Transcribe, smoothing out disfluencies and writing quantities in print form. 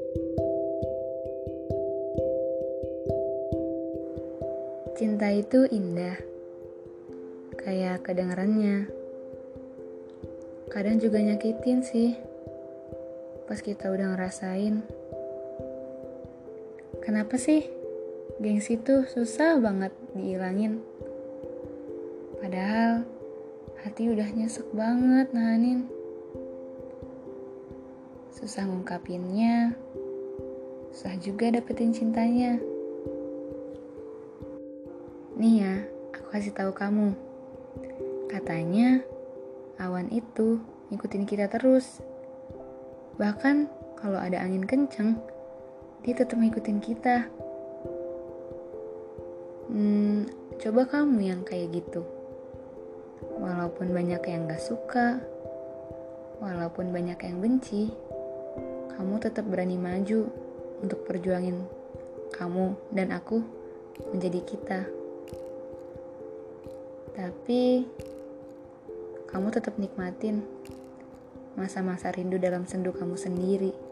Cinta itu indah, kayak kedengarannya. Kadang juga nyakitin sih, pas kita udah ngerasain. Kenapa sih gengsi tuh susah banget dihilangin? Padahal hati udah nyesek banget nahanin. Susah ngungkapinnya, susah juga dapetin cintanya. Nih ya, aku kasih tahu kamu. Katanya awan itu ngikutin kita terus. Bahkan kalau ada angin kenceng, dia tetap ngikutin kita. Coba kamu yang kayak gitu. Walaupun banyak yang gak suka, walaupun banyak yang benci, kamu tetap berani maju untuk perjuangin kamu dan aku menjadi kita. Tapi kamu tetap nikmatin masa-masa rindu dalam sendu kamu sendiri.